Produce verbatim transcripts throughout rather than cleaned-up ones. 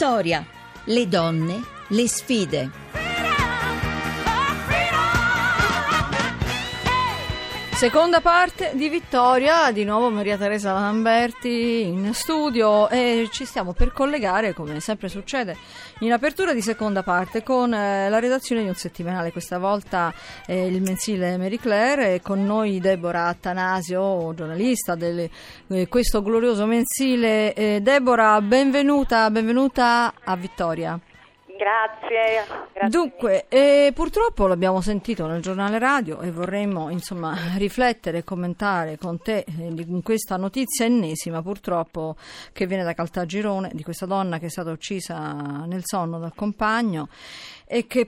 Vittoria, le donne, le sfide. Seconda parte di Vittoria, di nuovo Maria Teresa Lamberti in studio e ci stiamo per collegare, come sempre succede in apertura di seconda parte, con eh, la redazione di un settimanale, questa volta eh, il mensile Marie Claire, e con noi Deborah Attanasio, giornalista di eh, questo glorioso mensile. Eh, Deborah, benvenuta, benvenuta a Vittoria. Grazie, grazie. Dunque, eh, purtroppo l'abbiamo sentito nel giornale radio e vorremmo insomma riflettere e commentare con te eh, di questa notizia ennesima, purtroppo, che viene da Caltagirone, di questa donna che è stata uccisa nel sonno dal compagno e che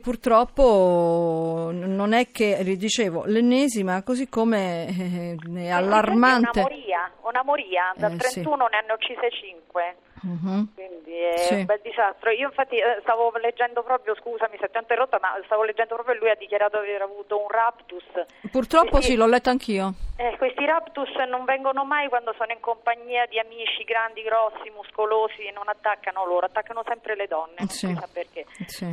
purtroppo non è che, dicevo, l'ennesima, così come eh, è allarmante. È una moria, una moria, da eh, trentuno sì. ne hanno uccise cinque. Uh-huh. Quindi è sì. un bel disastro. Io infatti eh, stavo leggendo proprio, scusami se ti ho interrotta, ma stavo leggendo proprio, lui ha dichiarato di aver avuto un raptus. Purtroppo questi, sì, l'ho letto anch'io. Eh, questi raptus non vengono mai quando sono in compagnia di amici grandi, grossi, muscolosi, e non attaccano loro, attaccano sempre le donne, non sì. si sa perché. Sì.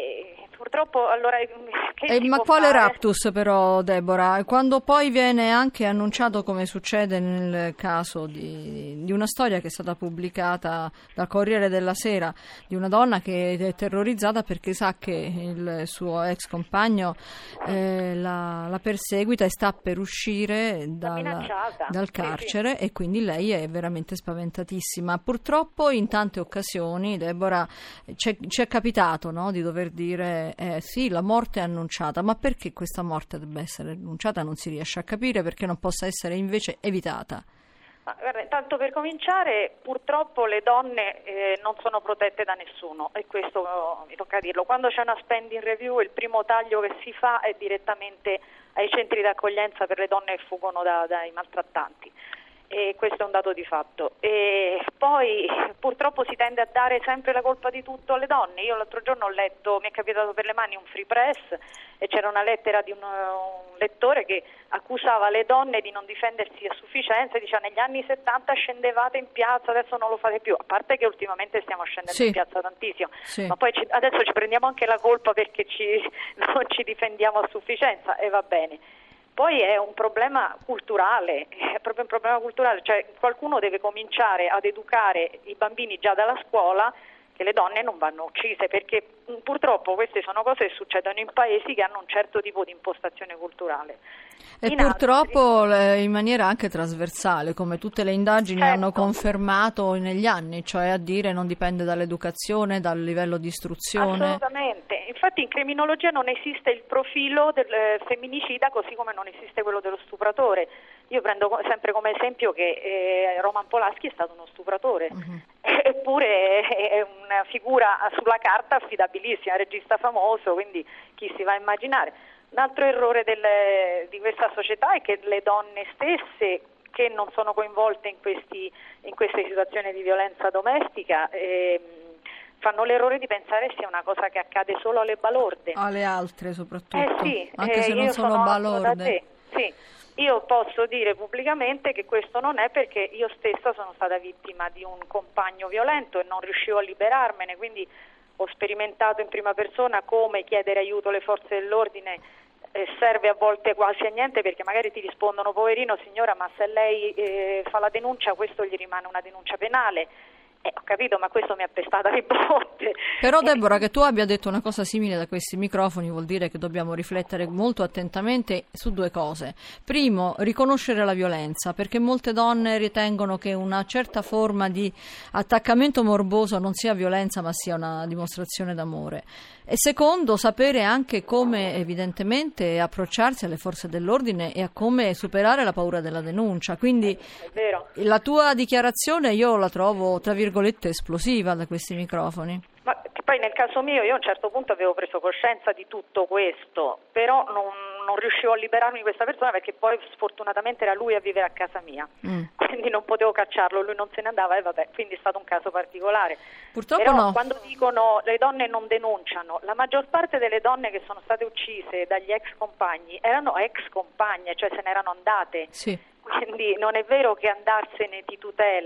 E purtroppo allora che Eh, si ma può quale fare? raptus però, Deborah? Quando poi viene anche annunciato, come succede nel caso di, di una storia che è stata pubblicata dal Corriere della Sera, di una donna che è terrorizzata perché sa che il suo ex compagno eh, la, la perseguita e sta per uscire dal, dal carcere, sì, sì. E quindi lei è veramente spaventatissima. Purtroppo in tante occasioni, Deborah, ci è capitato, no, di dover dire eh, sì, la morte è annunciata, ma perché questa morte debba essere annunciata non si riesce a capire, perché non possa essere invece evitata. Ma, guarda, tanto per cominciare, purtroppo le donne eh, non sono protette da nessuno, e questo oh, mi tocca dirlo. Quando c'è una spending review, il primo taglio che si fa è direttamente ai centri d'accoglienza per le donne che fuggono da, dai maltrattanti. E questo è un dato di fatto. E poi purtroppo si tende a dare sempre la colpa di tutto alle donne. Io l'altro giorno ho letto, mi è capitato per le mani un free press e c'era una lettera di un, un lettore che accusava le donne di non difendersi a sufficienza, diceva negli anni settanta scendevate in piazza, adesso non lo fate più, a parte che ultimamente stiamo scendendo sì. in piazza tantissimo, sì. ma poi ci, adesso ci prendiamo anche la colpa perché ci, non ci difendiamo a sufficienza, e va bene. Poi è un problema culturale, è proprio un problema culturale, cioè qualcuno deve cominciare ad educare i bambini già dalla scuola che le donne non vanno uccise, perché purtroppo queste sono cose che succedono in paesi che hanno un certo tipo di impostazione culturale. E in purtroppo altri... in maniera anche trasversale, come tutte le indagini certo. hanno confermato negli anni, cioè a dire non dipende dall'educazione, dal livello di istruzione. Assolutamente, infatti in criminologia non esiste il profilo del femminicida così come non esiste quello dello stupratore. Io prendo sempre come esempio che eh, Roman Polanski è stato uno stupratore, uh-huh. eppure è una figura sulla carta affidabilissima, regista famoso, quindi chi si va a immaginare. Un altro errore del, di questa società è che le donne stesse che non sono coinvolte in, questi, in queste situazioni di violenza domestica eh, fanno l'errore di pensare sia una cosa che accade solo alle balorde. Alle altre soprattutto, eh sì, anche eh, se non sono, sono balorde. Sì, io posso dire pubblicamente che questo non è, perché io stessa sono stata vittima di un compagno violento e non riuscivo a liberarmene, quindi ho sperimentato in prima persona come chiedere aiuto alle forze dell'ordine eh, serve a volte quasi a niente, perché magari ti rispondono: poverino signora, ma se lei eh, fa la denuncia questo gli rimane una denuncia penale. Eh, ho capito, ma questo mi ha pestata di botte. Però Deborah, che tu abbia detto una cosa simile da questi microfoni vuol dire che dobbiamo riflettere molto attentamente su due cose. Primo, riconoscere la violenza, perché molte donne ritengono che una certa forma di attaccamento morboso non sia violenza ma sia una dimostrazione d'amore. E secondo, sapere anche come evidentemente approcciarsi alle forze dell'ordine e a come superare la paura della denuncia. Quindi è vero. La tua dichiarazione io la trovo tra virgolette esplosiva da questi microfoni. Ma poi nel caso mio io a un certo punto avevo preso coscienza di tutto questo, però non, non riuscivo a liberarmi di questa persona, perché poi sfortunatamente era lui a vivere a casa mia, mm. quindi non potevo cacciarlo, lui non se ne andava e vabbè, quindi è stato un caso particolare. Purtroppo però no. Quando dicono le donne non denunciano, la maggior parte delle donne che sono state uccise dagli ex compagni erano ex compagne, cioè se ne erano andate, sì. quindi non è vero che andarsene ti tutela.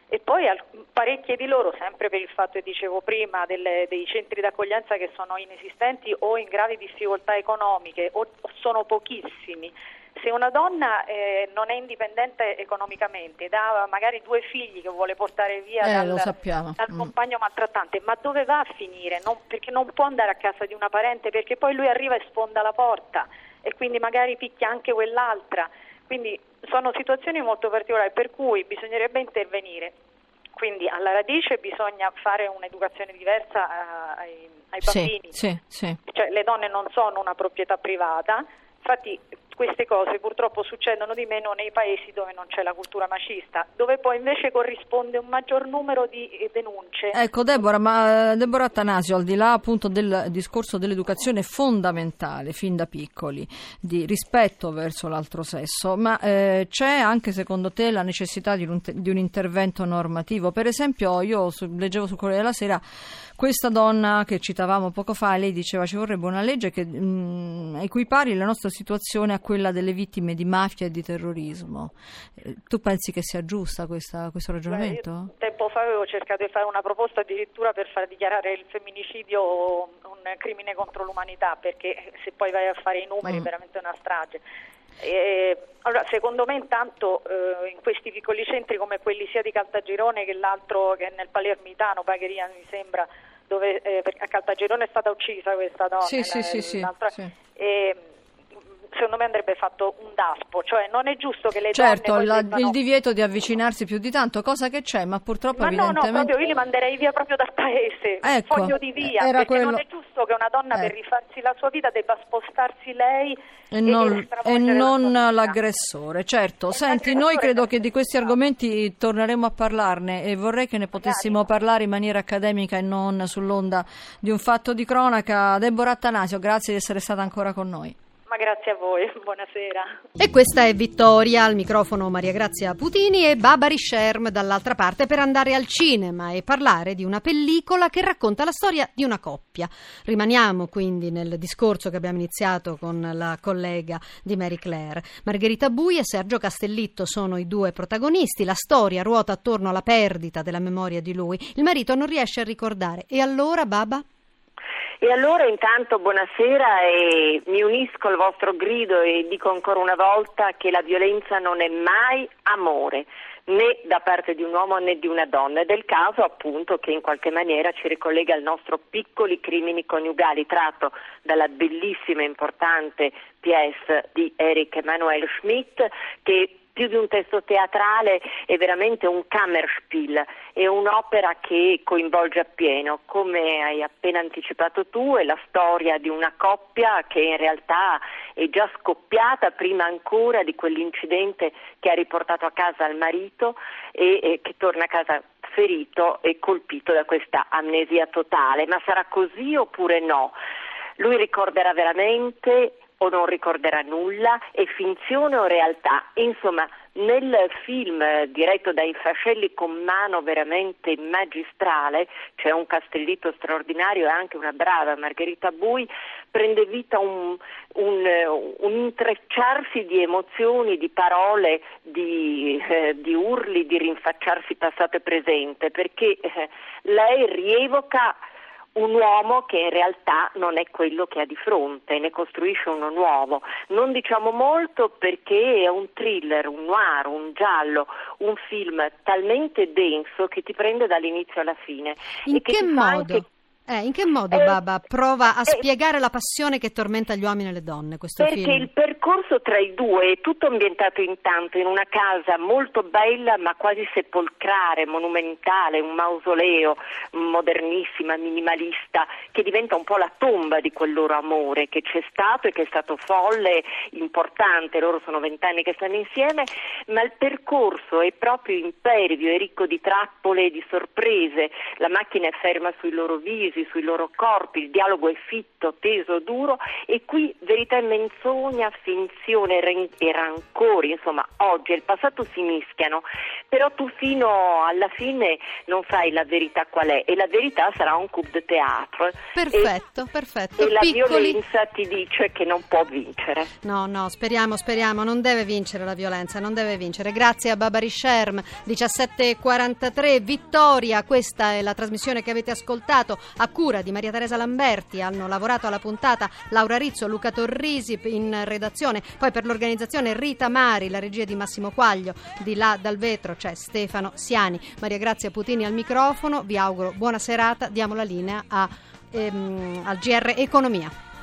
E poi al, parecchie di loro, sempre per il fatto che dicevo prima delle, dei centri d'accoglienza che sono inesistenti o in gravi difficoltà economiche o, o sono pochissimi. Se una donna eh, non è indipendente economicamente ed ha magari due figli che vuole portare via eh, dal, lo sappiamo. dal mm. compagno maltrattante, ma dove va a finire? Non, perché non può andare a casa di una parente, perché poi lui arriva e sfonda la porta e quindi magari picchia anche quell'altra. Quindi sono situazioni molto particolari per cui bisognerebbe intervenire. Quindi alla radice bisogna fare un'educazione diversa ai, ai bambini. Sì, sì, sì. Cioè, le donne non sono una proprietà privata, infatti queste cose purtroppo succedono di meno nei paesi dove non c'è la cultura macista, dove poi invece corrisponde un maggior numero di denunce. Ecco Deborah, ma Deborah Attanasio, al di là appunto del discorso dell'educazione fondamentale fin da piccoli, di rispetto verso l'altro sesso, ma eh, c'è anche secondo te la necessità di un, di un intervento normativo? Per esempio io su, leggevo sul Corriere della Sera questa donna che citavamo poco fa, lei diceva ci vorrebbe una legge che mh, equipari la nostra situazione a quella delle vittime di mafia e di terrorismo. Eh, tu pensi che sia giusta questa, questo ragionamento? Beh, io tempo fa avevo cercato di fare una proposta addirittura per far dichiarare il femminicidio un crimine contro l'umanità, perché se poi vai a fare i numeri mm. è veramente una strage. Eh, allora, secondo me intanto eh, in questi piccoli centri come quelli sia di Caltagirone che l'altro che è nel Palermitano, Bagheria mi sembra, dove eh, a Caltagirone è stata uccisa questa donna. Sì, sì, la, sì, sì, sì. E, secondo me andrebbe fatto un daspo, cioè non è giusto che le certo, donne la, debbano... il divieto di avvicinarsi più di tanto, cosa che c'è, ma purtroppo ma evidentemente... no, no, proprio io li manderei via proprio dal paese, ecco, foglio di via, era perché quello... non è giusto che una donna eh. per rifarsi la sua vita debba spostarsi lei e non, e non la l'aggressore, certo. E Senti, noi credo che di questi argomenti torneremo a parlarne e vorrei che ne potessimo Magari. parlare in maniera accademica e non sull'onda di un fatto di cronaca. Deborah Attanasio, grazie di essere stata ancora con noi. Ma grazie a voi, buonasera. E questa è Vittoria, al microfono Maria Grazia Putini e Babari Sherm dall'altra parte per andare al cinema e parlare di una pellicola che racconta la storia di una coppia. Rimaniamo quindi nel discorso che abbiamo iniziato con la collega di Mary Claire. Margherita Bui e Sergio Castellitto sono i due protagonisti. La storia ruota attorno alla perdita della memoria di lui. Il marito non riesce a ricordare. E allora, Baba? E allora intanto buonasera e mi unisco al vostro grido e dico ancora una volta che la violenza non è mai amore, né da parte di un uomo né di una donna, ed è il caso appunto che in qualche maniera ci ricollega al nostro Piccoli crimini coniugali, tratto dalla bellissima e importante pièce di Erich Emanuel Schmidt, che più di un testo teatrale è veramente un Kammerspiel, è un'opera che coinvolge appieno, come hai appena anticipato tu, è la storia di una coppia che in realtà è già scoppiata prima ancora di quell'incidente che ha riportato a casa il marito e, e che torna a casa ferito e colpito da questa amnesia totale. Ma sarà così oppure no? Lui ricorderà veramente o non ricorderà nulla? È finzione o realtà? Insomma, nel film diretto dai Fascelli con mano veramente magistrale, c'è un Castellitto straordinario e anche una brava Margherita Bui, prende vita un, un, un intrecciarsi di emozioni, di parole, di, eh, di urli, di rinfacciarsi passato e presente, perché eh, lei rievoca un uomo che in realtà non è quello che ha di fronte, ne costruisce uno nuovo. Non diciamo molto perché è un thriller, un noir, un giallo, un film talmente denso che ti prende dall'inizio alla fine. In e che che ti modo? fa anche... Eh, in che modo, eh, Baba, prova a eh, spiegare la passione che tormenta gli uomini e le donne, questo perché film? Il percorso tra i due è tutto ambientato intanto in una casa molto bella ma quasi sepolcrale, monumentale, un mausoleo, modernissima, minimalista, che diventa un po' la tomba di quel loro amore che c'è stato e che è stato folle, importante. Loro sono vent'anni che stanno insieme, ma il percorso è proprio impervio, è ricco di trappole e di sorprese. La macchina è ferma sui loro visi, pesi sui loro corpi, il dialogo è fitto, teso, duro, e qui verità e menzogna, finzione e rancori, insomma oggi e il passato si mischiano, però tu fino alla fine non sai la verità qual è, e la verità sarà un coup de théâtre. Perfetto, e, perfetto. E la Piccoli... violenza ti dice che non può vincere. No, no, speriamo, speriamo, non deve vincere la violenza, non deve vincere. Grazie a Babary Sherm. diciassette e quarantatré, Vittoria, questa è la trasmissione che avete ascoltato a cura di Maria Teresa Lamberti. Hanno lavorato alla puntata Laura Rizzo, Luca Torrisi in redazione, poi per l'organizzazione Rita Mari, la regia di Massimo Quaglio, di là dal vetro c'è Stefano Siani. Maria Grazia Putini al microfono, vi auguro buona serata, diamo la linea a, ehm, al G R Economia.